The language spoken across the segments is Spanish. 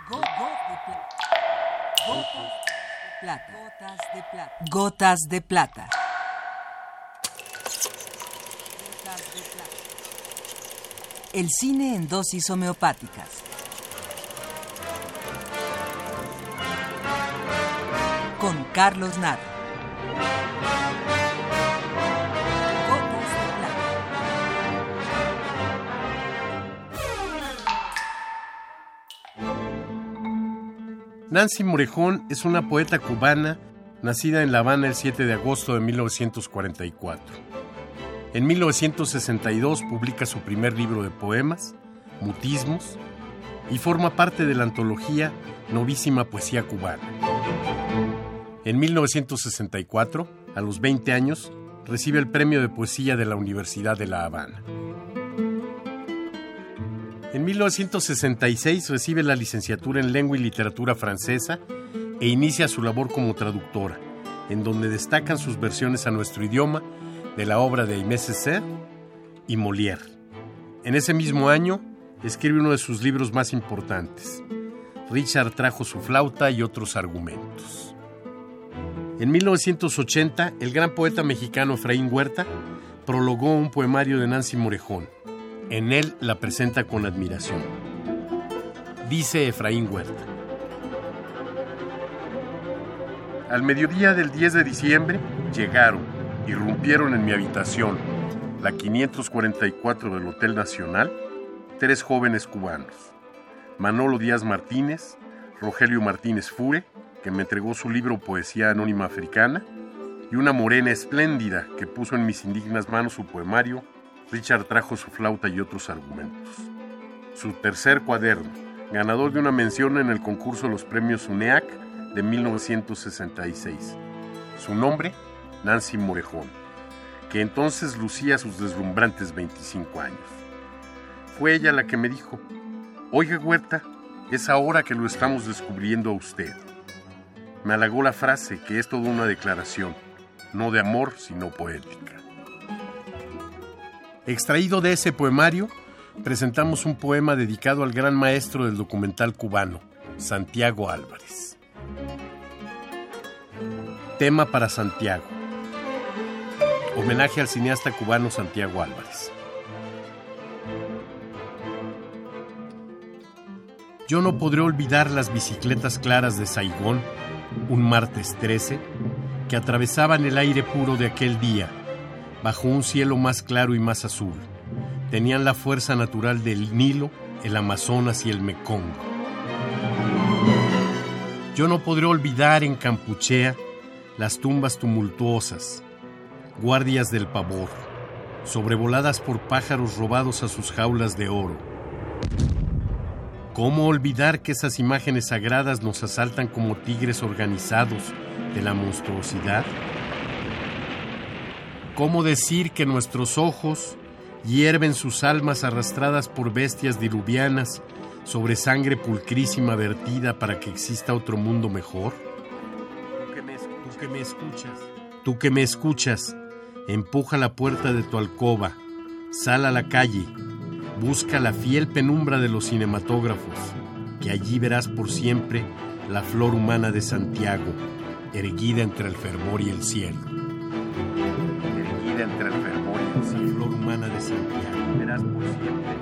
Gotas de plata. El cine en dosis homeopáticas. Con Carlos Narro. Gotas de plata. Nancy Morejón es una poeta cubana nacida en La Habana el 7 de agosto de 1944. En 1962 publica su primer libro de poemas, Mutismos, y forma parte de la antología Novísima Poesía Cubana. En 1964, a los 20 años, recibe el Premio de Poesía de la Universidad de La Habana. En 1966 recibe la licenciatura en Lengua y Literatura Francesa e inicia su labor como traductora, en donde destacan sus versiones a nuestro idioma de la obra de Aimé Césaire y Molière. En ese mismo año, escribe uno de sus libros más importantes, Richard trajo su flauta y otros argumentos. En 1980, el gran poeta mexicano Efraín Huerta prologó un poemario de Nancy Morejón. En él la presenta con admiración. Dice Efraín Huerta: al mediodía del 10 de diciembre llegaron, irrumpieron en mi habitación, la 544 del Hotel Nacional, 3 jóvenes cubanos: Manolo Díaz Martínez, Rogelio Martínez Fure, que me entregó su libro Poesía Anónima Africana, y una morena espléndida que puso en mis indignas manos su poemario Richard trajo su flauta y otros argumentos. Su tercer cuaderno, ganador de una mención en el concurso de los premios UNEAC de 1966. Su nombre, Nancy Morejón, que entonces lucía sus deslumbrantes 25 años. Fue ella la que me dijo: oiga, Huerta, es ahora que lo estamos descubriendo a usted. Me halagó la frase, que es toda una declaración, no de amor, sino poética. Extraído de ese poemario, presentamos un poema dedicado al gran maestro del documental cubano, Santiago Álvarez. Tema para Santiago. Homenaje al cineasta cubano Santiago Álvarez. Yo no podré olvidar las bicicletas claras de Saigón, un martes 13, que atravesaban el aire puro de aquel día, bajo un cielo más claro y más azul. Tenían la fuerza natural del Nilo, el Amazonas y el Mekong. Yo no podré olvidar en Campuchea las tumbas tumultuosas, guardias del pavor, sobrevoladas por pájaros robados a sus jaulas de oro. ¿Cómo olvidar que esas imágenes sagradas nos asaltan como tigres organizados de la monstruosidad? ¿Cómo decir que nuestros ojos hierven sus almas arrastradas por bestias diluvianas sobre sangre pulcrísima vertida para que exista otro mundo mejor? Tú que me escuchas, empuja la puerta de tu alcoba, sal a la calle, busca la fiel penumbra de los cinematógrafos, que allí verás por siempre la flor humana de Santiago, erguida entre el fervor y el cielo. Entre el fervor y el cielo. La flor humana de Santiago, verás por siempre.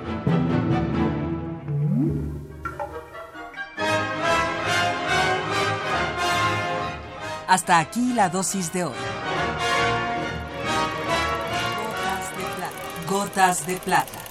Hasta aquí la dosis de hoy. Gotas de plata.